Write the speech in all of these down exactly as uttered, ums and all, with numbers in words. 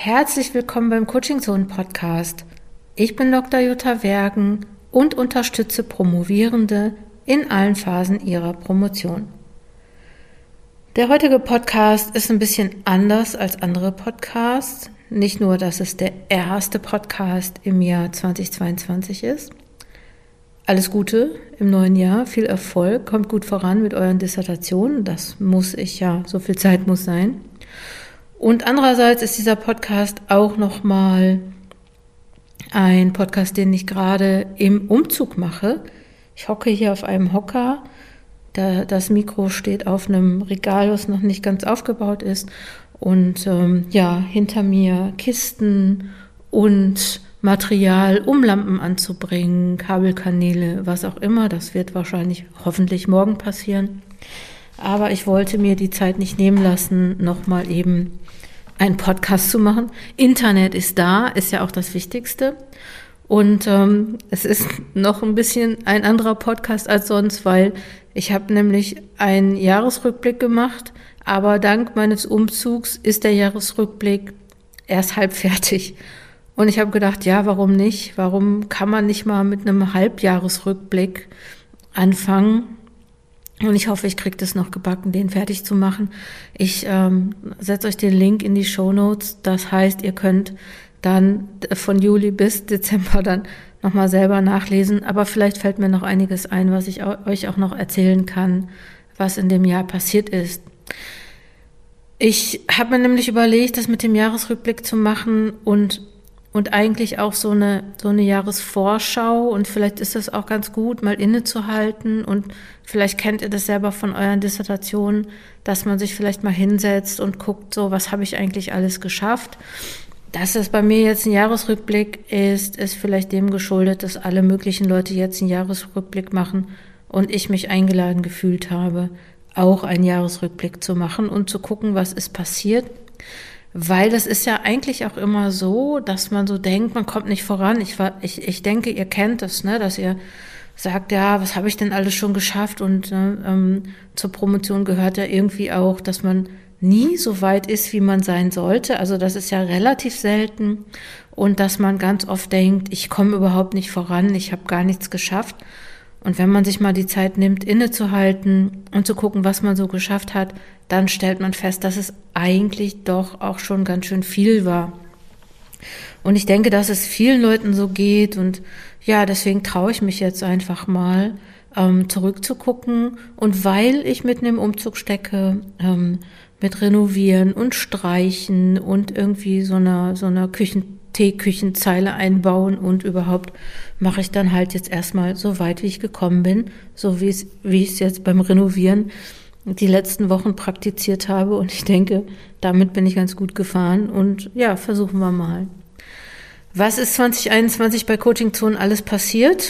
Herzlich willkommen beim Coaching Zone Podcast. Ich bin Doktor Jutta Wergen und unterstütze Promovierende in allen Phasen ihrer Promotion. Der heutige Podcast ist ein bisschen anders als andere Podcasts. Nicht nur, dass es der erste Podcast im Jahr zweitausendzweiundzwanzig ist. Alles Gute im neuen Jahr, viel Erfolg, kommt gut voran mit euren Dissertationen. Das muss ich ja, so viel Zeit muss sein. Und andererseits ist dieser Podcast auch nochmal ein Podcast, den ich gerade im Umzug mache. Ich hocke hier auf einem Hocker. Das Mikro steht auf einem Regal, was noch nicht ganz aufgebaut ist. Und ähm, ja, hinter mir Kisten und Material, um Lampen anzubringen, Kabelkanäle, was auch immer. Das wird wahrscheinlich hoffentlich morgen passieren. Aber ich wollte mir die Zeit nicht nehmen lassen, nochmal eben einen Podcast zu machen. Internet ist da, ist ja auch das Wichtigste. Und ähm, es ist noch ein bisschen ein anderer Podcast als sonst, weil ich habe nämlich einen Jahresrückblick gemacht, aber dank meines Umzugs ist der Jahresrückblick erst halb fertig. Und ich habe gedacht, ja, warum nicht? Warum kann man nicht mal mit einem Halbjahresrückblick anfangen? Und ich hoffe, ich kriege das noch gebacken, den fertig zu machen. Ich ähm, setze euch den Link in die Shownotes. Das heißt, ihr könnt dann von Juli bis Dezember dann nochmal selber nachlesen. Aber vielleicht fällt mir noch einiges ein, was ich euch auch noch erzählen kann, was in dem Jahr passiert ist. Ich habe mir nämlich überlegt, das mit dem Jahresrückblick zu machen und Und eigentlich auch so eine, so eine Jahresvorschau, und vielleicht ist es auch ganz gut, mal innezuhalten, und vielleicht kennt ihr das selber von euren Dissertationen, dass man sich vielleicht mal hinsetzt und guckt, so, was habe ich eigentlich alles geschafft. Dass es bei mir jetzt ein Jahresrückblick ist, ist vielleicht dem geschuldet, dass alle möglichen Leute jetzt einen Jahresrückblick machen und ich mich eingeladen gefühlt habe, auch einen Jahresrückblick zu machen und zu gucken, was ist passiert. Weil das ist ja eigentlich auch immer so, dass man so denkt, man kommt nicht voran. Ich, war, ich, ich denke, ihr kennt es, ne, dass ihr sagt, ja, was habe ich denn alles schon geschafft? Und ne, ähm, zur Promotion gehört ja irgendwie auch, dass man nie so weit ist, wie man sein sollte. Also das ist ja relativ selten. Und dass man ganz oft denkt, ich komme überhaupt nicht voran, ich habe gar nichts geschafft. Und wenn man sich mal die Zeit nimmt, innezuhalten und zu gucken, was man so geschafft hat, dann stellt man fest, dass es eigentlich doch auch schon ganz schön viel war. Und ich denke, dass es vielen Leuten so geht, und ja, deswegen traue ich mich jetzt einfach mal, ähm, zurückzugucken. Und weil ich mitten im Umzug stecke, ähm, mit Renovieren und Streichen und irgendwie so einer, so einer Küchen Teeküchenzeile einbauen, und überhaupt mache ich dann halt jetzt erstmal so weit, wie ich gekommen bin, so wie es, wie ich es jetzt beim Renovieren die letzten Wochen praktiziert habe, und ich denke, damit bin ich ganz gut gefahren, und ja, versuchen wir mal. Was ist zwanzig einundzwanzig bei Coaching Zone alles passiert?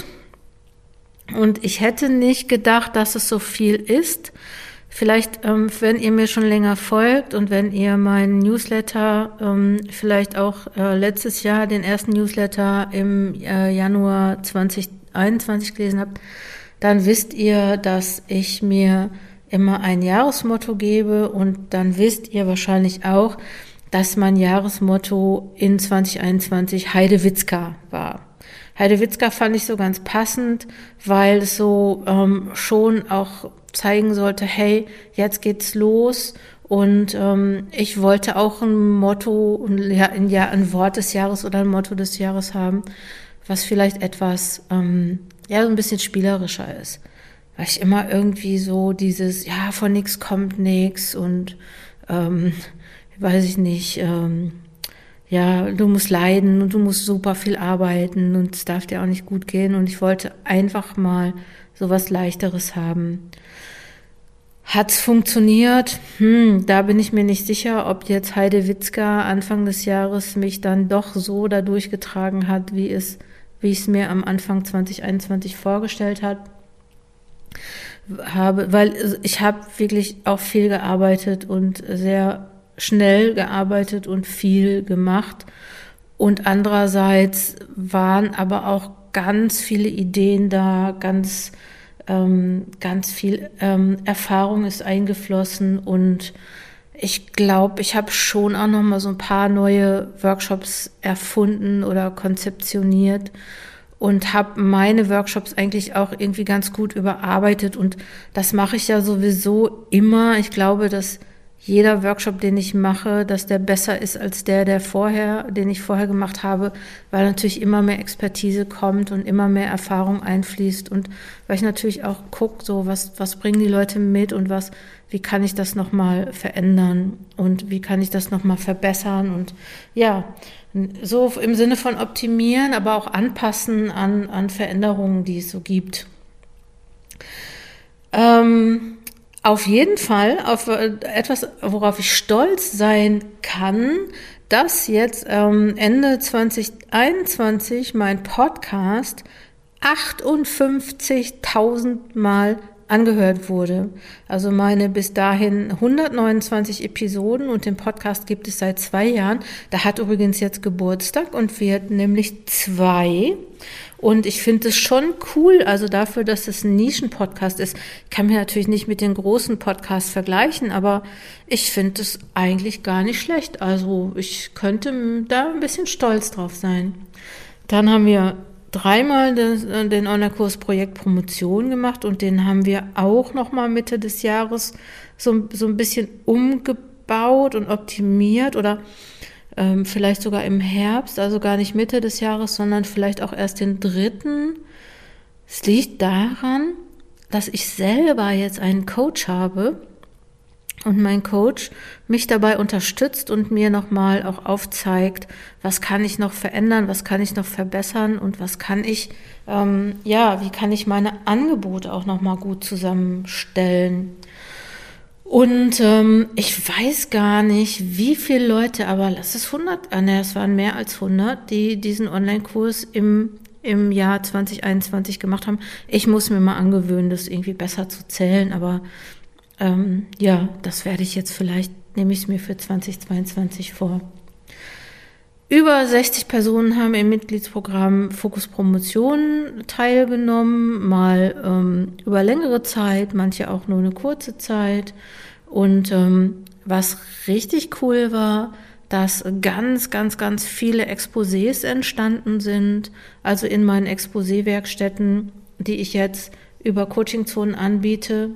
Und ich hätte nicht gedacht, dass es so viel ist. Vielleicht, ähm, wenn ihr mir schon länger folgt und wenn ihr meinen Newsletter, ähm, vielleicht auch äh, letztes Jahr den ersten Newsletter im äh, Januar zwanzig einundzwanzig gelesen habt, dann wisst ihr, dass ich mir immer ein Jahresmotto gebe, und dann wisst ihr wahrscheinlich auch, dass mein Jahresmotto in zwanzig einundzwanzig Heidewitzka war. Heidewitzka fand ich so ganz passend, weil es so ähm, schon auch zeigen sollte, hey, jetzt geht's los, und ähm, ich wollte auch ein Motto, ja, ein, ja, ein Wort des Jahres oder ein Motto des Jahres haben, was vielleicht etwas, ähm, ja, so ein bisschen spielerischer ist, weil ich immer irgendwie so dieses, ja, von nichts kommt nichts, und ähm, weiß ich nicht, ähm, ja, du musst leiden und du musst super viel arbeiten und es darf dir auch nicht gut gehen, und ich wollte einfach mal so was Leichteres haben. Hat's funktioniert? Hm, da bin ich mir nicht sicher, ob jetzt Heidewitzka Anfang des Jahres mich dann doch so da durchgetragen hat, wie es, wie ich es mir am Anfang zwanzig einundzwanzig vorgestellt hat. Habe, weil ich habe wirklich auch viel gearbeitet und sehr schnell gearbeitet und viel gemacht. Und andererseits waren aber auch ganz viele Ideen da, ganz ähm, ganz viel ähm, Erfahrung ist eingeflossen, und ich glaube, ich habe schon auch noch mal so ein paar neue Workshops erfunden oder konzeptioniert und habe meine Workshops eigentlich auch irgendwie ganz gut überarbeitet. Und das mache ich ja sowieso immer. Ich glaube, dass jeder Workshop, den ich mache, dass der besser ist als der, der vorher, den ich vorher gemacht habe, weil natürlich immer mehr Expertise kommt und immer mehr Erfahrung einfließt und weil ich natürlich auch gucke, so was, was bringen die Leute mit und was, wie kann ich das nochmal verändern und wie kann ich das nochmal verbessern und ja, so im Sinne von optimieren, aber auch anpassen an, an Veränderungen, die es so gibt. Ähm, Auf jeden Fall auf etwas, worauf ich stolz sein kann, dass jetzt ähm, Ende zwanzig einundzwanzig mein Podcast achtundfünfzigtausend Mal angehört wurde. Also meine bis dahin hundertneunundzwanzig Episoden und den Podcast gibt es seit zwei Jahren. Der hat übrigens jetzt Geburtstag und wird nämlich zwei. Und ich finde es schon cool, also dafür, dass es ein Nischen-Podcast ist. Ich kann mir natürlich nicht mit den großen Podcasts vergleichen, aber ich finde es eigentlich gar nicht schlecht. Also ich könnte da ein bisschen stolz drauf sein. Dann haben wir dreimal den, den Online-Kurs Projekt Promotion gemacht und den haben wir auch nochmal Mitte des Jahres so, so ein bisschen umgebaut und optimiert oder ähm, vielleicht sogar im Herbst, also gar nicht Mitte des Jahres, sondern vielleicht auch erst den dritten. Es liegt daran, dass ich selber jetzt einen Coach habe und mein Coach mich dabei unterstützt und mir nochmal auch aufzeigt, was kann ich noch verändern, was kann ich noch verbessern und was kann ich, ähm, ja, wie kann ich meine Angebote auch nochmal gut zusammenstellen. Und ähm, ich weiß gar nicht, wie viele Leute, aber lass es hundert, ah, ne, es waren mehr als hundert, die diesen Online-Kurs im im Jahr zwanzig einundzwanzig gemacht haben. Ich muss mir mal angewöhnen, das irgendwie besser zu zählen, aber ähm, ja, das werde ich jetzt vielleicht, nehme ich es mir für zwanzig zweiundzwanzig vor. Über sechzig Personen haben im Mitgliedsprogramm Fokus Promotion teilgenommen, mal ähm, über längere Zeit, manche auch nur eine kurze Zeit. Und ähm, was richtig cool war, dass ganz, ganz, ganz viele Exposés entstanden sind, also in meinen Exposé-Werkstätten, die ich jetzt über Coaching-Zonen anbiete,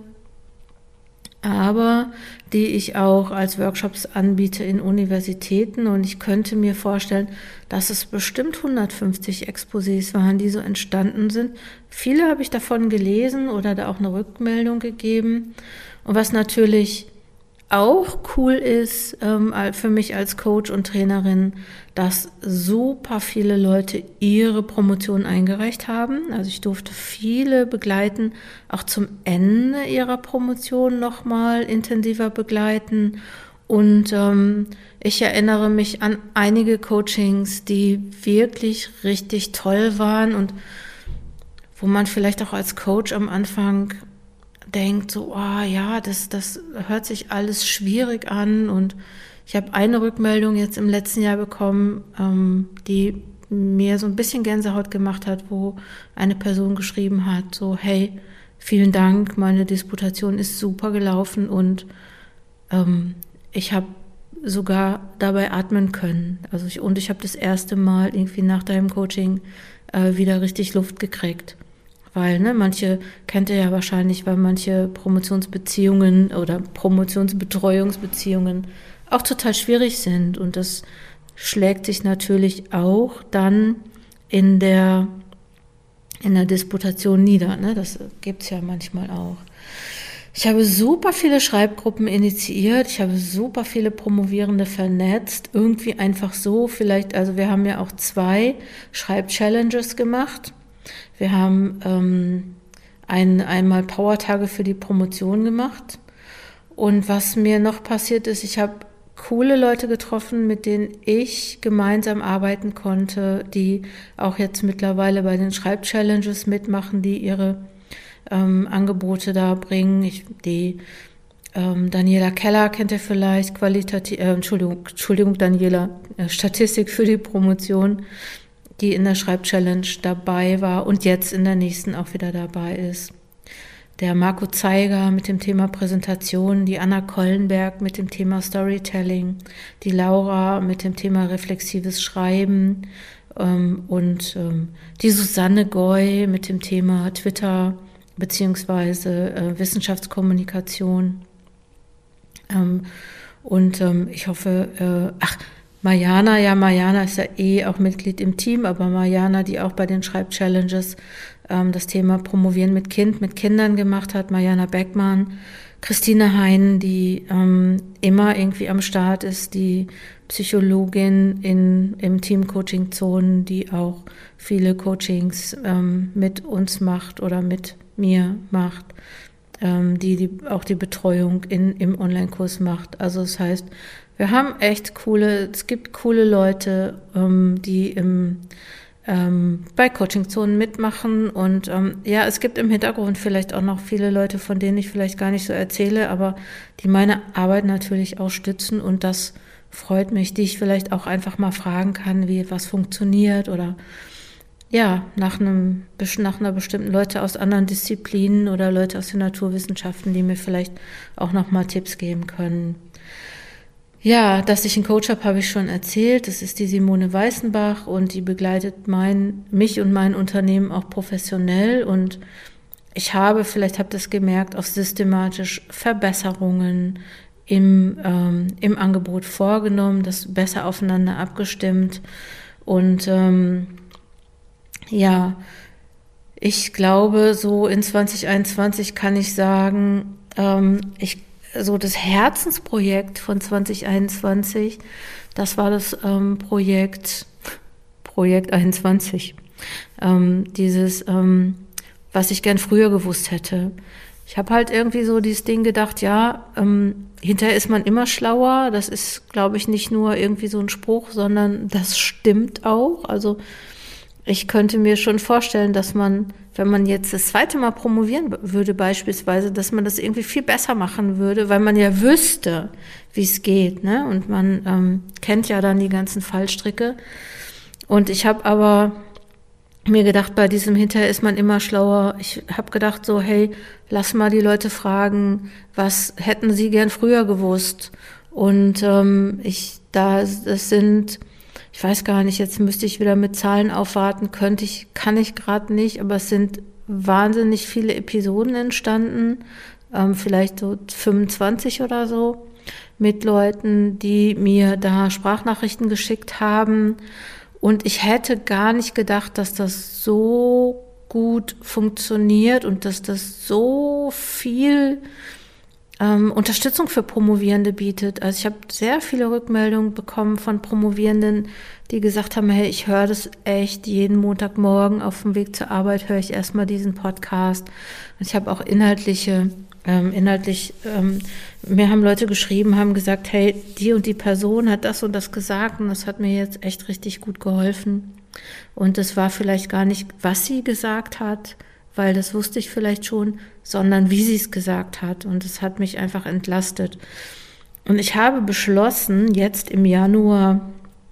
aber die ich auch als Workshops anbiete in Universitäten. Und ich könnte mir vorstellen, dass es bestimmt hundertfünfzig Exposés waren, die so entstanden sind. Viele habe ich davon gelesen oder da auch eine Rückmeldung gegeben. Und was natürlich auch cool ist ähm, für mich als Coach und Trainerin, dass super viele Leute ihre Promotion eingereicht haben. Also ich durfte viele begleiten, auch zum Ende ihrer Promotion nochmal intensiver begleiten. Und ähm, ich erinnere mich an einige Coachings, die wirklich richtig toll waren und wo man vielleicht auch als Coach am Anfang denkt so, oh ja, das, das hört sich alles schwierig an. Und ich habe eine Rückmeldung jetzt im letzten Jahr bekommen, ähm, die mir so ein bisschen Gänsehaut gemacht hat, wo eine Person geschrieben hat, so, hey, vielen Dank, meine Disputation ist super gelaufen und ähm, ich habe sogar dabei atmen können. Also ich, und ich habe das erste Mal irgendwie nach deinem Coaching äh, wieder richtig Luft gekriegt. Weil, ne, manche kennt ihr ja wahrscheinlich, weil manche Promotionsbeziehungen oder Promotionsbetreuungsbeziehungen auch total schwierig sind. Und das schlägt sich natürlich auch dann in der, in der Disputation nieder. Ne? Das gibt's ja manchmal auch. Ich habe super viele Schreibgruppen initiiert. Ich habe super viele Promovierende vernetzt. Irgendwie einfach so vielleicht, also wir haben ja auch zwei Schreib-Challenges gemacht. Wir haben ähm, ein, einmal Powertage für die Promotion gemacht. Und was mir noch passiert ist, ich habe coole Leute getroffen, mit denen ich gemeinsam arbeiten konnte, die auch jetzt mittlerweile bei den Schreib-Challenges mitmachen, die ihre ähm, Angebote da bringen. Ich, die ähm, Daniela Keller kennt ihr vielleicht, Qualitativ, äh, Entschuldigung, Entschuldigung, Daniela, äh, Statistik für die Promotion, die in der Schreib-Challenge dabei war und jetzt in der nächsten auch wieder dabei ist. der Marco Zeiger mit dem Thema Präsentation, die Anna Kollenberg mit dem Thema Storytelling, die Laura mit dem Thema reflexives Schreiben ähm, und ähm, die Susanne Goy mit dem Thema Twitter beziehungsweise äh, Wissenschaftskommunikation. Ähm, und ähm, ich hoffe, äh, ach, Mariana, ja, Mariana ist ja eh auch Mitglied im Team, aber Mariana, die auch bei den Schreibchallenges ähm, das Thema Promovieren mit Kind, mit Kindern gemacht hat, Mariana Beckmann, Christine Hein, die ähm, immer irgendwie am Start ist, die Psychologin in, im Team Coaching Zonen, die auch viele Coachings ähm, mit uns macht oder mit mir macht, ähm, die, die auch die Betreuung in, im Online-Kurs macht. Also das heißt, wir haben echt coole, es gibt coole Leute, ähm, die im, ähm, bei Coaching-Zonen mitmachen und ähm, ja, es gibt im Hintergrund vielleicht auch noch viele Leute, von denen ich vielleicht gar nicht so erzähle, aber die meine Arbeit natürlich auch stützen und das freut mich, die ich vielleicht auch einfach mal fragen kann, wie was funktioniert oder ja, nach einem, nach einer bestimmten Leute aus anderen Disziplinen oder Leute aus den Naturwissenschaften, die mir vielleicht auch noch mal Tipps geben können. Ja, dass ich einen Coach habe, habe ich schon erzählt. Das ist die Simone Weißenbach und die begleitet mein, mich und mein Unternehmen auch professionell. Und ich habe, vielleicht habt ihr es gemerkt, auch systematisch Verbesserungen im, ähm, im Angebot vorgenommen, das besser aufeinander abgestimmt. Und ähm, ja, ich glaube, so in zwanzig einundzwanzig kann ich sagen, ähm, ich so das Herzensprojekt von zwanzig einundzwanzig, das war das ähm, Projekt, Projekt einundzwanzig, ähm, dieses, ähm, was ich gern früher gewusst hätte. Ich habe halt irgendwie so dieses Ding gedacht, ja, ähm, hinterher ist man immer schlauer, das ist, glaube ich, nicht nur irgendwie so ein Spruch, sondern das stimmt auch, also ich könnte mir schon vorstellen, dass man, wenn man jetzt das zweite Mal promovieren würde beispielsweise, dass man das irgendwie viel besser machen würde, weil man ja wüsste, wie es geht, ne? Und man ähm, kennt ja dann die ganzen Fallstricke. Und ich habe aber mir gedacht, bei diesem Hinterher ist man immer schlauer. Ich habe gedacht so, hey, lass mal die Leute fragen, was hätten sie gern früher gewusst? Und ähm, ich, da, das sind... Ich weiß gar nicht, jetzt müsste ich wieder mit Zahlen aufwarten, könnte ich, kann ich gerade nicht, aber es sind wahnsinnig viele Episoden entstanden, ähm, vielleicht so fünfundzwanzig oder so, mit Leuten, die mir da Sprachnachrichten geschickt haben. Und ich hätte gar nicht gedacht, dass das so gut funktioniert und dass das so viel Ähm, Unterstützung für Promovierende bietet. Also ich habe sehr viele Rückmeldungen bekommen von Promovierenden, die gesagt haben, hey, ich höre das echt jeden Montagmorgen auf dem Weg zur Arbeit, höre ich erstmal diesen Podcast. Und ich habe auch inhaltliche, ähm, inhaltlich, ähm, mir haben Leute geschrieben, haben gesagt, hey, die und die Person hat das und das gesagt und das hat mir jetzt echt richtig gut geholfen. Und es war vielleicht gar nicht, was sie gesagt hat, weil das wusste ich vielleicht schon, sondern wie sie es gesagt hat. Und es hat mich einfach entlastet. Und ich habe beschlossen, jetzt im Januar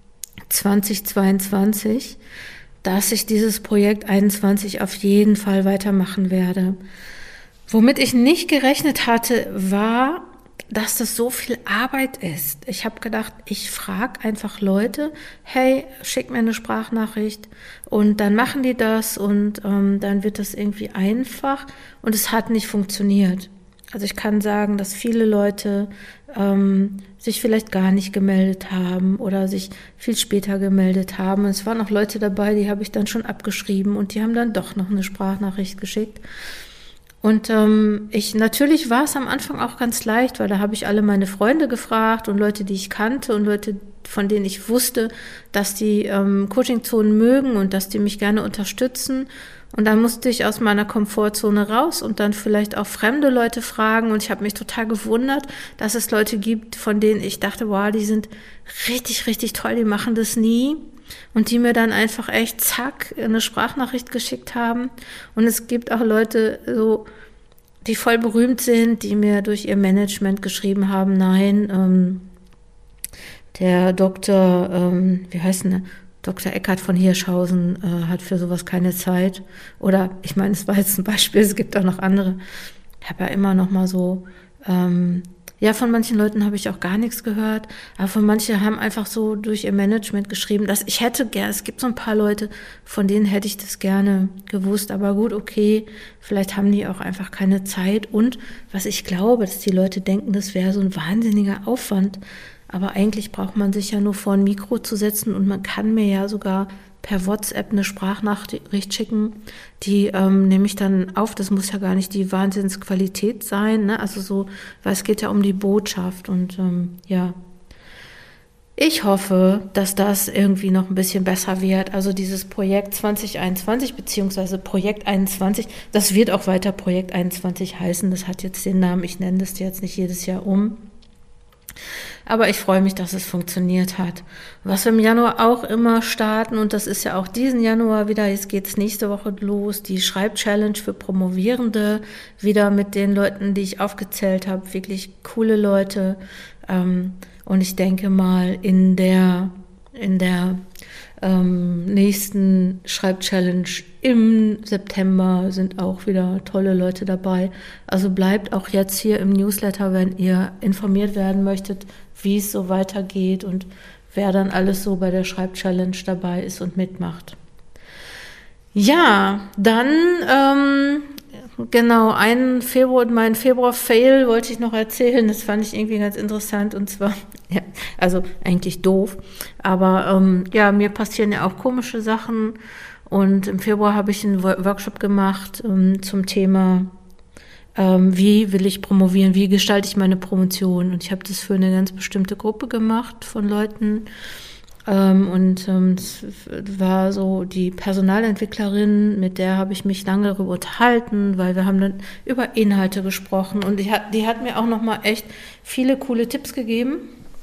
zweitausendzweiundzwanzig, dass ich dieses Projekt einundzwanzig auf jeden Fall weitermachen werde. Womit ich nicht gerechnet hatte, war, dass das so viel Arbeit ist. Ich habe gedacht, ich frage einfach Leute, hey, schick mir eine Sprachnachricht und dann machen die das und ähm, dann wird das irgendwie einfach und es hat nicht funktioniert. Also ich kann sagen, dass viele Leute ähm, sich vielleicht gar nicht gemeldet haben oder sich viel später gemeldet haben. Und es waren auch Leute dabei, die habe ich dann schon abgeschrieben und die haben dann doch noch eine Sprachnachricht geschickt. Und ähm, ich natürlich war es am Anfang auch ganz leicht, weil da habe ich alle meine Freunde gefragt und Leute, die ich kannte und Leute, von denen ich wusste, dass die ähm, Coaching-Zonen mögen und dass die mich gerne unterstützen. Und dann musste ich aus meiner Komfortzone raus und dann vielleicht auch fremde Leute fragen. Und ich habe mich total gewundert, dass es Leute gibt, von denen ich dachte, wow, die sind richtig, richtig toll, die machen das nie. Und die mir dann einfach echt zack eine Sprachnachricht geschickt haben. Und es gibt auch Leute, so, die voll berühmt sind, die mir durch ihr Management geschrieben haben, nein, ähm, der Doktor, ähm, wie heißt denn der? Doktor Eckhard von Hirschhausen äh, hat für sowas keine Zeit. Oder, ich meine, es war jetzt ein Beispiel, es gibt auch noch andere. Ich habe ja immer noch mal so, ähm, ja, von manchen Leuten habe ich auch gar nichts gehört, aber von manchen haben einfach so durch ihr Management geschrieben, dass ich hätte gerne, es gibt so ein paar Leute, von denen hätte ich das gerne gewusst, aber gut, okay, vielleicht haben die auch einfach keine Zeit und was ich glaube, dass die Leute denken, das wäre so ein wahnsinniger Aufwand, aber eigentlich braucht man sich ja nur vor ein Mikro zu setzen und man kann mir ja sogar per WhatsApp eine Sprachnachricht schicken, die ähm, nehme ich dann auf. Das muss ja gar nicht die Wahnsinnsqualität sein, ne? Also so, weil es geht ja um die Botschaft und ähm, ja. Ich hoffe, dass das irgendwie noch ein bisschen besser wird. Also dieses Projekt zwanzig einundzwanzig beziehungsweise Projekt einundzwanzig, das wird auch weiter Projekt einundzwanzig heißen. Das hat jetzt den Namen, ich nenne das jetzt nicht jedes Jahr um. Aber ich freue mich, dass es funktioniert hat. Was wir im Januar auch immer starten, und das ist ja auch diesen Januar wieder, jetzt geht es nächste Woche los, die Schreibchallenge für Promovierende, wieder mit den Leuten, die ich aufgezählt habe, wirklich coole Leute. Und ich denke mal, in der, in der ähm, nächsten Schreibchallenge im September sind auch wieder tolle Leute dabei. Also bleibt auch jetzt hier im Newsletter, wenn ihr informiert werden möchtet, wie es so weitergeht und wer dann alles so bei der Schreibchallenge dabei ist und mitmacht. Ja, dann ähm, genau, ein Februar, mein Februar-Fail wollte ich noch erzählen, das fand ich irgendwie ganz interessant und zwar, ja, also eigentlich doof, aber ähm, ja, mir passieren ja auch komische Sachen und im Februar habe ich einen Workshop gemacht ähm, zum Thema, ähm, wie will ich promovieren, wie gestalte ich meine Promotion und ich habe das für eine ganz bestimmte Gruppe gemacht von Leuten. Ähm, und ähm, es war so die Personalentwicklerin, mit der habe ich mich lange darüber unterhalten, weil wir haben dann über Inhalte gesprochen und die hat, die hat mir auch nochmal echt viele coole Tipps gegeben.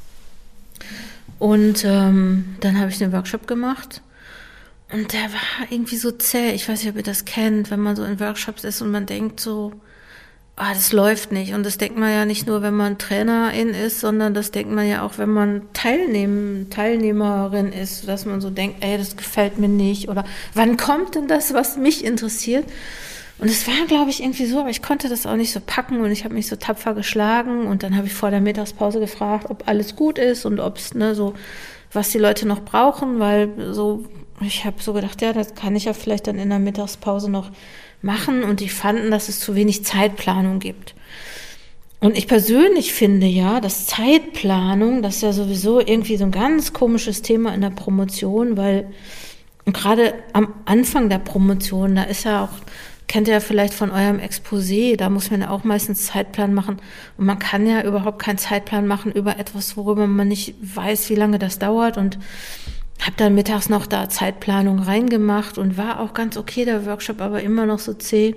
Und ähm, dann habe ich den Workshop gemacht und der war irgendwie so zäh. Ich weiß nicht, ob ihr das kennt, wenn man so in Workshops ist und man denkt so, ah, das läuft nicht. Und das denkt man ja nicht nur, wenn man Trainerin ist, sondern das denkt man ja auch, wenn man Teilnehm, Teilnehmerin ist, dass man so denkt, ey, das gefällt mir nicht oder wann kommt denn das, was mich interessiert? Und es war, glaube ich, irgendwie so, aber ich konnte das auch nicht so packen und ich habe mich so tapfer geschlagen und dann habe ich vor der Mittagspause gefragt, ob alles gut ist und ob es, ne, so, was die Leute noch brauchen, weil so, ich habe so gedacht, ja, das kann ich ja vielleicht dann in der Mittagspause noch machen und die fanden, dass es zu wenig Zeitplanung gibt. Und ich persönlich finde ja, dass Zeitplanung, das ist ja sowieso irgendwie so ein ganz komisches Thema in der Promotion, weil gerade am Anfang der Promotion, da ist ja auch, kennt ihr ja vielleicht von eurem Exposé, da muss man ja auch meistens Zeitplan machen und man kann ja überhaupt keinen Zeitplan machen über etwas, worüber man nicht weiß, wie lange das dauert und habe dann mittags noch da Zeitplanung reingemacht und war auch ganz okay, der Workshop, aber immer noch so zäh.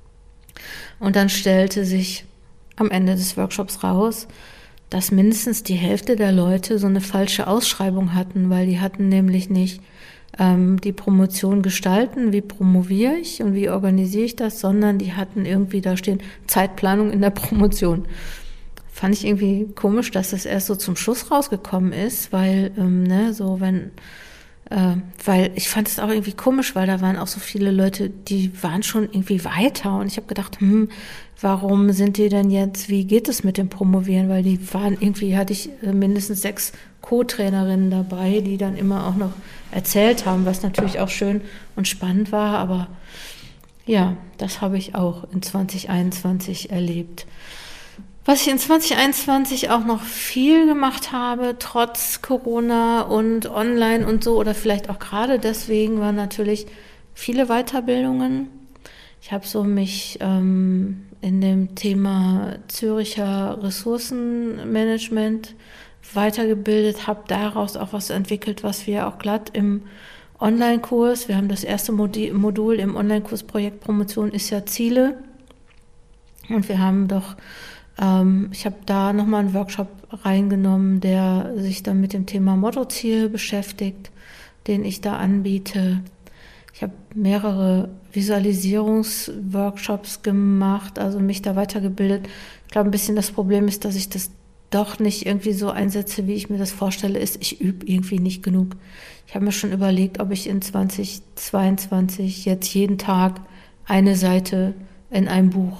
Und dann stellte sich am Ende des Workshops raus, dass mindestens die Hälfte der Leute so eine falsche Ausschreibung hatten, weil die hatten nämlich nicht ähm, die Promotion gestalten, wie promoviere ich und wie organisiere ich das, sondern die hatten irgendwie da stehen Zeitplanung in der Promotion. Fand ich irgendwie komisch, dass das erst so zum Schluss rausgekommen ist, weil, ähm, ne, so wenn, äh, weil ich fand es auch irgendwie komisch, weil da waren auch so viele Leute, die waren schon irgendwie weiter und ich habe gedacht, hm, warum sind die denn jetzt, wie geht es mit dem Promovieren, weil die waren irgendwie, hatte ich äh, mindestens sechs Co-Trainerinnen dabei, die dann immer auch noch erzählt haben, was natürlich auch schön und spannend war, aber ja, das habe ich auch in zwanzig einundzwanzig erlebt. Was ich in zwanzig einundzwanzig auch noch viel gemacht habe, trotz Corona und online und so, oder vielleicht auch gerade deswegen, waren natürlich viele Weiterbildungen. Ich habe so mich ähm, in dem Thema Züricher Ressourcenmanagement weitergebildet, habe daraus auch was entwickelt, was wir auch glatt im Online-Kurs, wir haben das erste Modul im Online-Kurs-Projekt Promotion ist ja Ziele und wir haben doch Ich habe da nochmal einen Workshop reingenommen, der sich dann mit dem Thema Mottoziel beschäftigt, den ich da anbiete. Ich habe mehrere Visualisierungsworkshops gemacht, also mich da weitergebildet. Ich glaube, ein bisschen das Problem ist, dass ich das doch nicht irgendwie so einsetze, wie ich mir das vorstelle, ist, ich übe irgendwie nicht genug. Ich habe mir schon überlegt, ob ich in zwanzig zweiundzwanzig jetzt jeden Tag eine Seite in einem Buch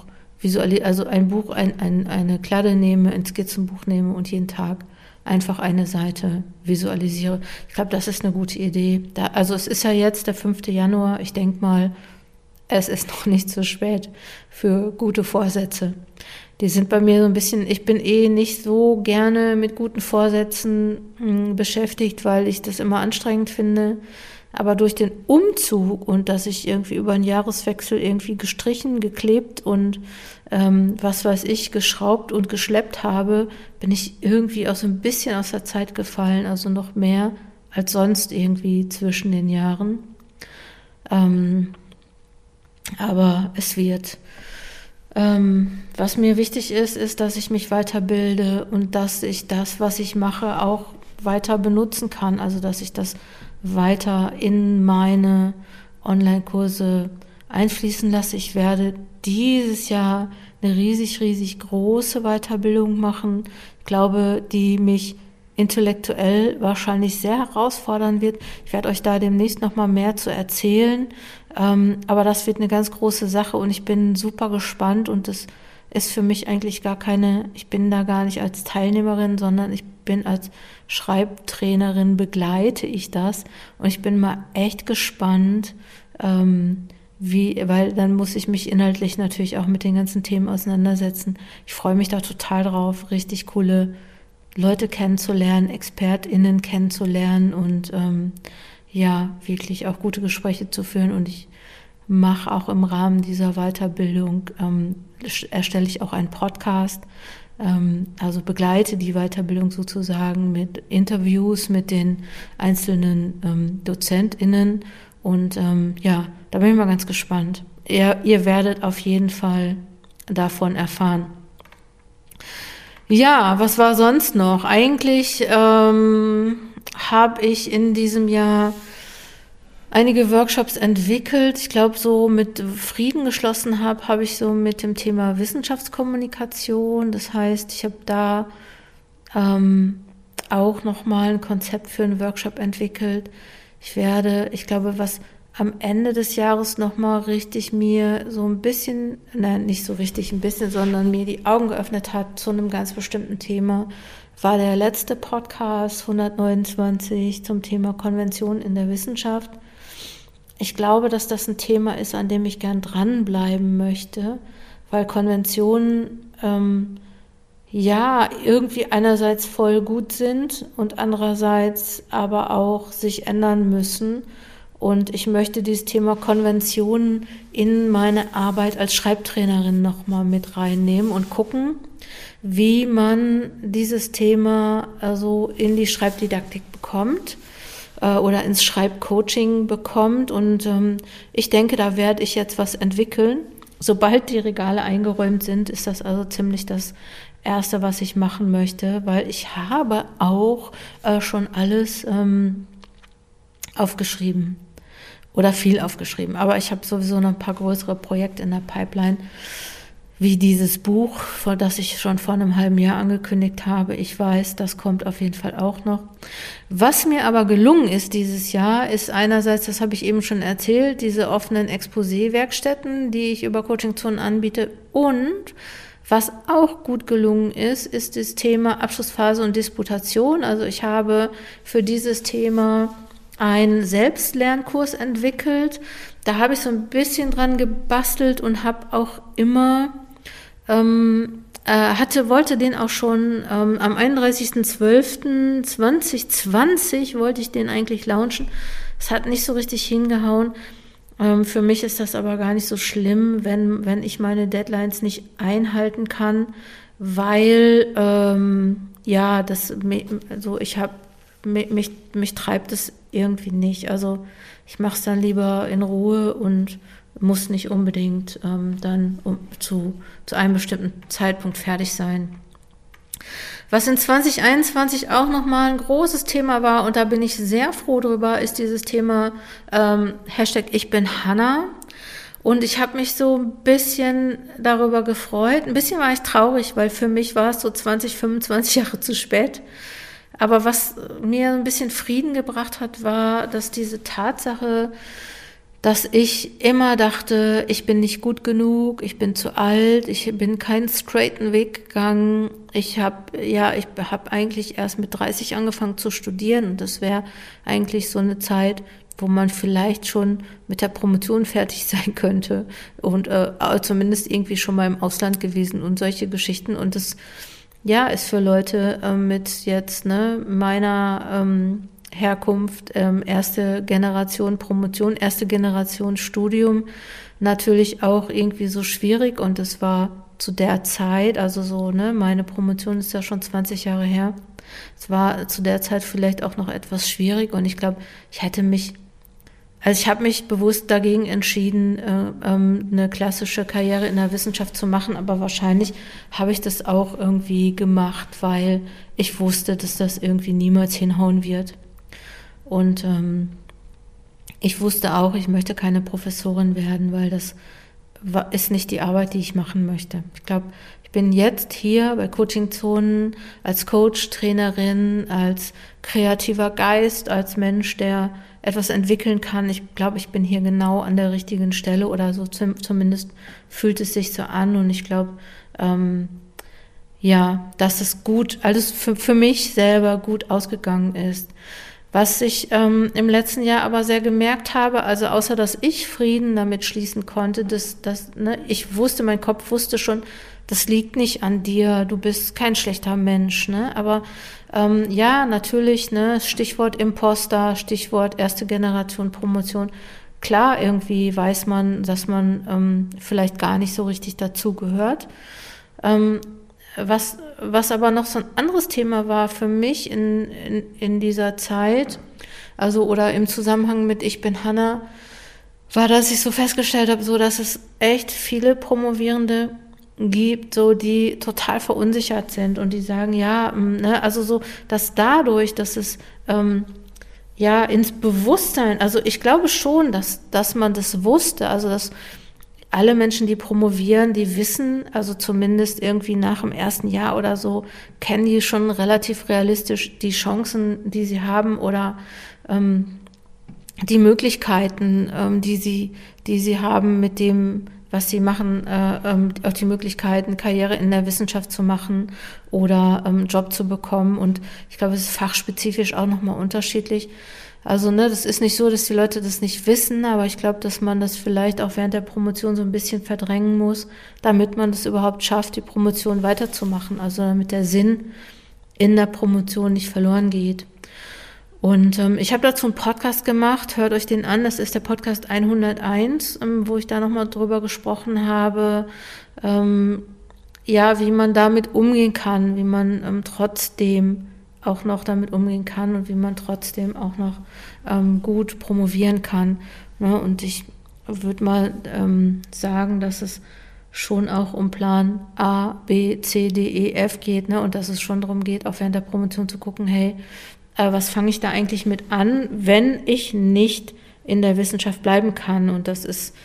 visualisiere, also ein Buch, ein, ein, eine Kladde nehme, ein Skizzenbuch nehme und jeden Tag einfach eine Seite visualisiere. Ich glaube, das ist eine gute Idee. Da, also es ist ja jetzt der fünfte Januar. Ich denke mal, es ist noch nicht zu spät für gute Vorsätze. Die sind bei mir so ein bisschen, ich bin eh nicht so gerne mit guten Vorsätzen mh, beschäftigt, weil ich das immer anstrengend finde. Aber durch den Umzug und dass ich irgendwie über einen Jahreswechsel irgendwie gestrichen, geklebt und ähm, was weiß ich, geschraubt und geschleppt habe, bin ich irgendwie auch so ein bisschen aus der Zeit gefallen, also noch mehr als sonst irgendwie zwischen den Jahren. Ähm, aber es wird. Ähm, was mir wichtig ist, ist, dass ich mich weiterbilde und dass ich das, was ich mache, auch weiter benutzen kann. Also dass ich das weiter in meine Online-Kurse einfließen lasse. Ich werde dieses Jahr eine riesig, riesig große Weiterbildung machen. Ich glaube, die mich intellektuell wahrscheinlich sehr herausfordern wird. Ich werde euch da demnächst nochmal mehr zu erzählen. Ähm, aber das wird eine ganz große Sache und ich bin super gespannt und das ist für mich eigentlich gar keine, ich bin da gar nicht als Teilnehmerin, sondern ich bin als Schreibtrainerin, begleite ich das und ich bin mal echt gespannt, ähm, wie, weil dann muss ich mich inhaltlich natürlich auch mit den ganzen Themen auseinandersetzen. Ich freue mich da total drauf, richtig coole Leute kennenzulernen, ExpertInnen kennenzulernen und ähm, ja, wirklich auch gute Gespräche zu führen und ich mache auch im Rahmen dieser Weiterbildung, ähm, erstelle ich auch einen Podcast, ähm, also begleite die Weiterbildung sozusagen mit Interviews mit den einzelnen ähm, DozentInnen und ähm, ja, da bin ich mal ganz gespannt. Ihr, ihr werdet auf jeden Fall davon erfahren. Ja, was war sonst noch? Eigentlich ähm, habe ich in diesem Jahr einige Workshops entwickelt. Ich glaube, so mit Frieden geschlossen habe, habe ich so mit dem Thema Wissenschaftskommunikation. Das heißt, ich habe da ähm, auch nochmal ein Konzept für einen Workshop entwickelt. Ich werde, ich glaube, was am Ende des Jahres nochmal richtig mir so ein bisschen, nein, nicht so richtig ein bisschen, sondern mir die Augen geöffnet hat zu einem ganz bestimmten Thema, war der letzte Podcast hundertneunundzwanzig zum Thema Konvention in der Wissenschaft. Ich glaube, dass das ein Thema ist, an dem ich gern dranbleiben möchte, weil Konventionen ähm, ja irgendwie einerseits voll gut sind und andererseits aber auch sich ändern müssen. Und ich möchte dieses Thema Konventionen in meine Arbeit als Schreibtrainerin nochmal mit reinnehmen und gucken, wie man dieses Thema also in die Schreibdidaktik bekommt äh, oder ins Schreibcoaching bekommt. Und ähm, ich denke, da werde ich jetzt was entwickeln. Sobald die Regale eingeräumt sind, ist das also ziemlich das Erste, was ich machen möchte, weil ich habe auch äh, schon alles ähm, aufgeschrieben. Oder viel aufgeschrieben. Aber ich habe sowieso noch ein paar größere Projekte in der Pipeline, wie dieses Buch, vor das ich schon vor einem halben Jahr angekündigt habe. Ich weiß, das kommt auf jeden Fall auch noch. Was mir aber gelungen ist dieses Jahr, ist einerseits, das habe ich eben schon erzählt, diese offenen Exposé-Werkstätten, die ich über Coaching-Zonen anbiete. Und was auch gut gelungen ist, ist das Thema Abschlussphase und Disputation. Also ich habe für dieses Thema einen Selbstlernkurs entwickelt. Da habe ich so ein bisschen dran gebastelt und habe auch immer, ähm, äh, hatte, wollte den auch schon ähm, am einunddreißigsten zwölften zweitausendzwanzig wollte ich den eigentlich launchen. Es hat nicht so richtig hingehauen. Ähm, für mich ist das aber gar nicht so schlimm, wenn, wenn ich meine Deadlines nicht einhalten kann, weil, ähm, ja, das, also ich habe Mich, mich, mich treibt es irgendwie nicht. Also ich mache es dann lieber in Ruhe und muss nicht unbedingt ähm, dann um, zu, zu einem bestimmten Zeitpunkt fertig sein. Was in zwanzig einundzwanzig auch nochmal ein großes Thema war, und da bin ich sehr froh drüber, ist dieses Thema ähm, Hashtag Ich bin Hanna. Und ich habe mich so ein bisschen darüber gefreut. Ein bisschen war ich traurig, weil für mich war es so zwanzig, fünfundzwanzig Jahre zu spät. Aber was mir ein bisschen Frieden gebracht hat, war, dass diese Tatsache, dass ich immer dachte, ich bin nicht gut genug, ich bin zu alt, ich bin keinen straighten Weg gegangen. Ich habe ja, ich habe eigentlich erst mit dreißig angefangen zu studieren und das wäre eigentlich so eine Zeit, wo man vielleicht schon mit der Promotion fertig sein könnte und äh, zumindest irgendwie schon mal im Ausland gewesen und solche Geschichten. Und das ja ist für Leute äh, mit jetzt ne meiner ähm, Herkunft, ähm, erste Generation Promotion, erste Generation Studium natürlich auch irgendwie so schwierig und es war zu der Zeit, also so, ne, meine Promotion ist ja schon zwanzig Jahre her, es war zu der Zeit vielleicht auch noch etwas schwierig und ich glaube, ich hätte mich, also ich habe mich bewusst dagegen entschieden, äh, ähm, eine klassische Karriere in der Wissenschaft zu machen, aber wahrscheinlich habe ich das auch irgendwie gemacht, weil ich wusste, dass das irgendwie niemals hinhauen wird. Und ähm, ich wusste auch, ich möchte keine Professorin werden, weil das war, ist nicht die Arbeit, die ich machen möchte. Ich glaube, ich bin jetzt hier bei Coaching Zonen als Coach, Trainerin, als kreativer Geist, als Mensch, der etwas entwickeln kann. Ich glaube, ich bin hier genau an der richtigen Stelle oder so zum, zumindest fühlt es sich so an und ich glaube, ähm, ja, dass es gut, alles für, für mich selber gut ausgegangen ist. Was ich ähm, im letzten Jahr aber sehr gemerkt habe, also außer dass ich Frieden damit schließen konnte, dass, dass ne, ich wusste, mein Kopf wusste schon, das liegt nicht an dir, du bist kein schlechter Mensch, ne? Aber ähm, ja, natürlich, ne, Stichwort Imposter, Stichwort erste Generation Promotion. Klar, irgendwie weiß man, dass man ähm, vielleicht gar nicht so richtig dazugehört. Ähm, Was, was aber noch so ein anderes Thema war für mich in, in, in dieser Zeit, also oder im Zusammenhang mit Ich bin Hanna, war, dass ich so festgestellt habe, so dass es echt viele Promovierende gibt, so die total verunsichert sind und die sagen, ja, ne, also so, dass dadurch, dass es ähm, ja ins Bewusstsein, also ich glaube schon, dass dass man das wusste, also dass alle Menschen, die promovieren, die wissen, also zumindest irgendwie nach dem ersten Jahr oder so, kennen die schon relativ realistisch die Chancen, die sie haben oder ähm, die Möglichkeiten, ähm, die sie, die sie haben mit dem, was sie machen, äh, ähm, auch die Möglichkeiten, Karriere in der Wissenschaft zu machen oder ähm, Job zu bekommen. Und ich glaube, es ist fachspezifisch auch nochmal unterschiedlich. Also, ne, das ist nicht so, dass die Leute das nicht wissen, aber ich glaube, dass man das vielleicht auch während der Promotion so ein bisschen verdrängen muss, damit man das überhaupt schafft, die Promotion weiterzumachen. Also, damit der Sinn in der Promotion nicht verloren geht. Und ähm, ich habe dazu einen Podcast gemacht, hört euch den an, das ist der Podcast hunderteins, ähm, wo ich da nochmal drüber gesprochen habe, ähm, ja, wie man damit umgehen kann, wie man ähm, trotzdem auch noch damit umgehen kann und wie man trotzdem auch noch ähm, gut promovieren kann. Ne? Und ich würde mal ähm, sagen, dass es schon auch um Plan A, B, C, D, E, F geht, ne? Und dass es schon darum geht, auch während der Promotion zu gucken, hey, äh, was fange ich da eigentlich mit an, wenn ich nicht in der Wissenschaft bleiben kann? Und das ist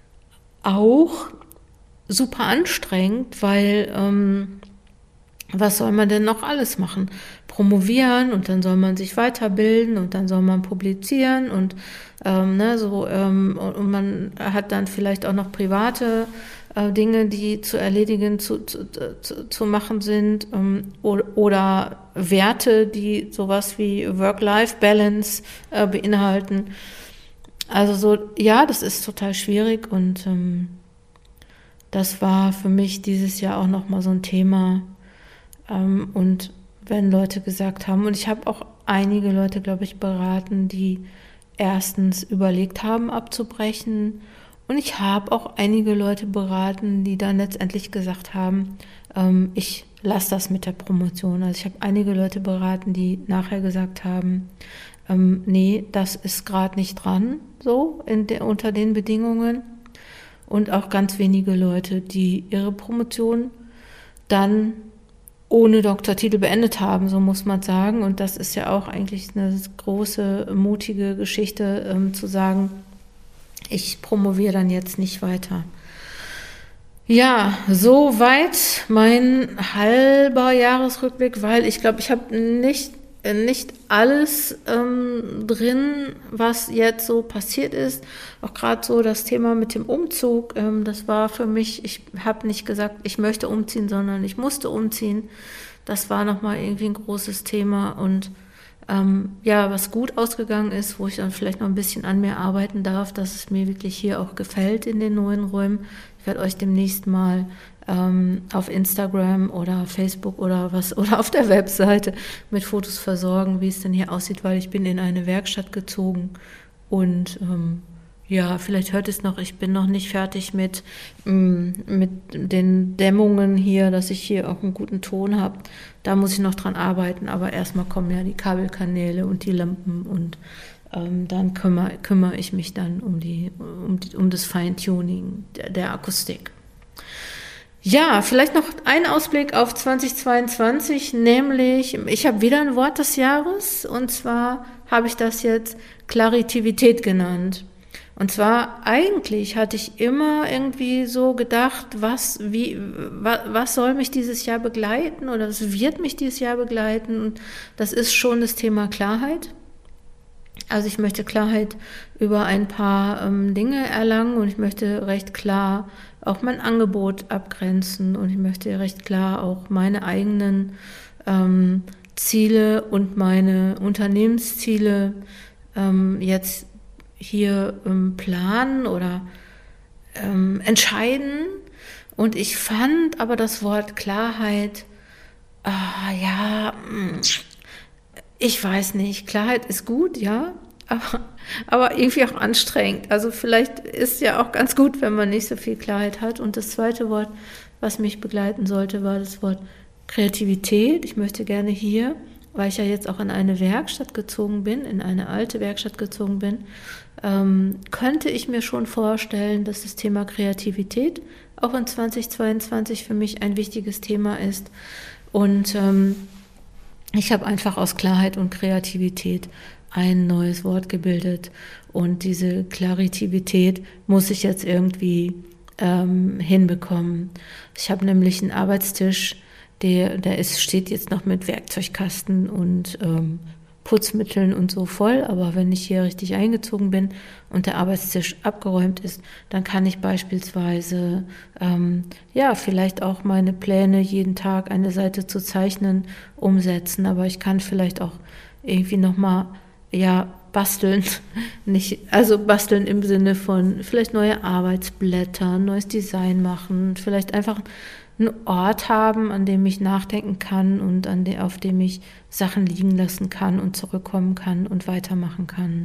auch super anstrengend, weil ähm, was soll man denn noch alles machen? Promovieren und dann soll man sich weiterbilden und dann soll man publizieren und ähm, ne, so ähm, und man hat dann vielleicht auch noch private äh, Dinge, die zu erledigen, zu, zu, zu, zu machen sind ähm, oder, oder Werte, die sowas wie Work-Life-Balance äh, beinhalten. Also so, ja, das ist total schwierig und ähm, das war für mich dieses Jahr auch nochmal so ein Thema. Ähm, und wenn Leute gesagt haben, und ich habe auch einige Leute, glaube ich, beraten, die erstens überlegt haben, abzubrechen. Und ich habe auch einige Leute beraten, die dann letztendlich gesagt haben, ähm, ich lasse das mit der Promotion. Also ich habe einige Leute beraten, die nachher gesagt haben, ähm, nee, das ist gerade nicht dran, so in de, unter den Bedingungen. Und auch ganz wenige Leute, die ihre Promotion dann ohne Doktortitel beendet haben, so muss man sagen. Und das ist ja auch eigentlich eine große, mutige Geschichte, ähm, zu sagen, ich promoviere dann jetzt nicht weiter. Ja, soweit mein halber Jahresrückblick, weil ich glaube, ich habe nicht nicht alles ähm, drin, was jetzt so passiert ist. Auch gerade so das Thema mit dem Umzug, ähm, das war für mich, ich habe nicht gesagt, ich möchte umziehen, sondern ich musste umziehen. Das war nochmal irgendwie ein großes Thema und ähm, ja, was gut ausgegangen ist, wo ich dann vielleicht noch ein bisschen an mir arbeiten darf, dass es mir wirklich hier auch gefällt in den neuen Räumen. Ich werde euch demnächst mal ähm, auf Instagram oder Facebook oder was oder auf der Webseite mit Fotos versorgen, wie es denn hier aussieht, weil ich bin in eine Werkstatt gezogen und ähm, ja, vielleicht hört es noch, ich bin noch nicht fertig mit, mit den Dämmungen hier, dass ich hier auch einen guten Ton habe. Da muss ich noch dran arbeiten, aber erstmal kommen ja die Kabelkanäle und die Lampen und ähm, dann kümmere, kümmere ich mich dann um, die, um, die, um das Feintuning der, der Akustik. Ja, vielleicht noch ein Ausblick auf zweitausendzweiundzwanzig, nämlich ich habe wieder ein Wort des Jahres und zwar habe ich das jetzt Klaritivität genannt. Und zwar eigentlich hatte ich immer irgendwie so gedacht, was, wie, was, was soll mich dieses Jahr begleiten oder was wird mich dieses Jahr begleiten? Und das ist schon das Thema Klarheit. Also ich möchte Klarheit über ein paar ähm, Dinge erlangen und ich möchte recht klar auch mein Angebot abgrenzen und ich möchte recht klar auch meine eigenen ähm, Ziele und meine Unternehmensziele ähm, jetzt hier ähm, planen oder ähm, entscheiden. Und ich fand aber das Wort Klarheit, ah, ja, ich weiß nicht, Klarheit ist gut, ja, aber, aber irgendwie auch anstrengend. Also vielleicht ist ja auch ganz gut, wenn man nicht so viel Klarheit hat. Und das zweite Wort, was mich begleiten sollte, war das Wort Kreativität. Ich möchte gerne hier, weil ich ja jetzt auch in eine Werkstatt gezogen bin, in eine alte Werkstatt gezogen bin, ähm, könnte ich mir schon vorstellen, dass das Thema Kreativität auch in zweitausendzweiundzwanzig für mich ein wichtiges Thema ist. Und ähm, ich habe einfach aus Klarheit und Kreativität ein neues Wort gebildet. Und diese Klaritivität muss ich jetzt irgendwie ähm, hinbekommen. Ich habe nämlich einen Arbeitstisch, Der, der ist, steht jetzt noch mit Werkzeugkasten und ähm, Putzmitteln und so voll, aber wenn ich hier richtig eingezogen bin und der Arbeitstisch abgeräumt ist, dann kann ich beispielsweise ähm, ja vielleicht auch meine Pläne, jeden Tag eine Seite zu zeichnen, umsetzen, aber ich kann vielleicht auch irgendwie nochmal ja basteln, nicht, also basteln im Sinne von vielleicht neue Arbeitsblätter, neues Design machen, vielleicht einfach einen Ort haben, an dem ich nachdenken kann und an de, auf dem ich Sachen liegen lassen kann und zurückkommen kann und weitermachen kann.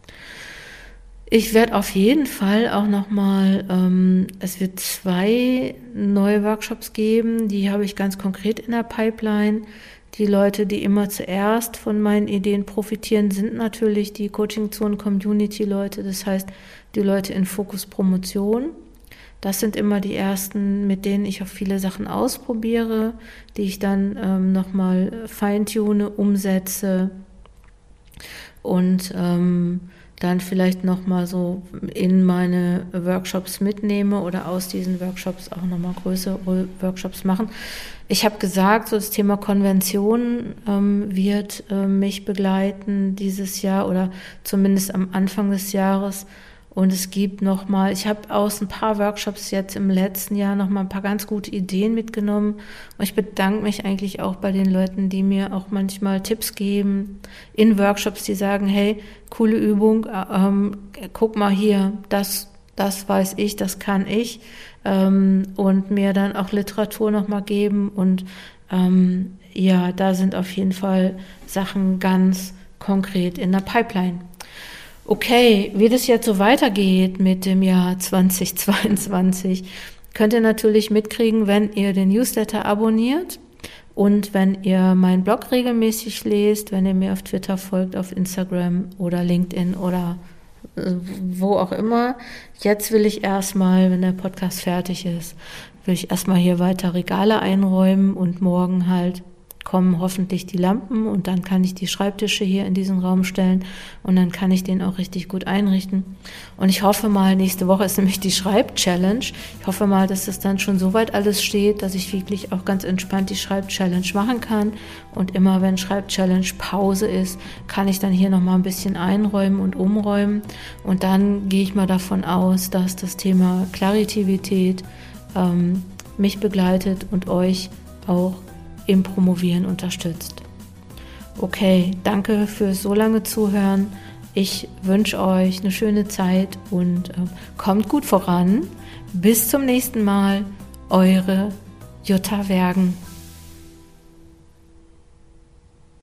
Ich werde auf jeden Fall auch nochmal, ähm, es wird zwei neue Workshops geben, die habe ich ganz konkret in der Pipeline. Die Leute, die immer zuerst von meinen Ideen profitieren, sind natürlich die Coaching-Zone-Community-Leute, das heißt die Leute in Fokus Promotion. Das sind immer die ersten, mit denen ich auch viele Sachen ausprobiere, die ich dann ähm, nochmal feintune, umsetze und ähm, dann vielleicht nochmal so in meine Workshops mitnehme oder aus diesen Workshops auch nochmal größere Workshops machen. Ich habe gesagt, so das Thema Konvention ähm, wird äh, mich begleiten dieses Jahr oder zumindest am Anfang des Jahres. Und es gibt nochmal, ich habe aus ein paar Workshops jetzt im letzten Jahr nochmal ein paar ganz gute Ideen mitgenommen. Und ich bedanke mich eigentlich auch bei den Leuten, die mir auch manchmal Tipps geben in Workshops, die sagen, hey, coole Übung, ähm, guck mal hier, das, das weiß ich, das kann ich. Ähm, und mir dann auch Literatur nochmal geben. Und ähm, ja, da sind auf jeden Fall Sachen ganz konkret in der Pipeline. Okay, wie das jetzt so weitergeht mit dem Jahr zweitausendzweiundzwanzig, könnt ihr natürlich mitkriegen, wenn ihr den Newsletter abonniert und wenn ihr meinen Blog regelmäßig lest, wenn ihr mir auf Twitter folgt, auf Instagram oder LinkedIn oder äh, wo auch immer. Jetzt will ich erstmal, wenn der Podcast fertig ist, will ich erstmal hier weiter Regale einräumen und morgen halt kommen hoffentlich die Lampen und dann kann ich die Schreibtische hier in diesen Raum stellen und dann kann ich den auch richtig gut einrichten. Und ich hoffe mal, nächste Woche ist nämlich die Schreib-Challenge. Ich hoffe mal, dass es dann schon soweit alles steht, dass ich wirklich auch ganz entspannt die Schreib-Challenge machen kann. Und immer wenn Schreib-Challenge Pause ist, kann ich dann hier nochmal ein bisschen einräumen und umräumen. Und dann gehe ich mal davon aus, dass das Thema Klaritivität ähm, mich begleitet und euch auch im Promovieren unterstützt. Okay, danke fürs so lange Zuhören. Ich wünsche euch eine schöne Zeit und äh, kommt gut voran. Bis zum nächsten Mal, eure Jutta Wergen.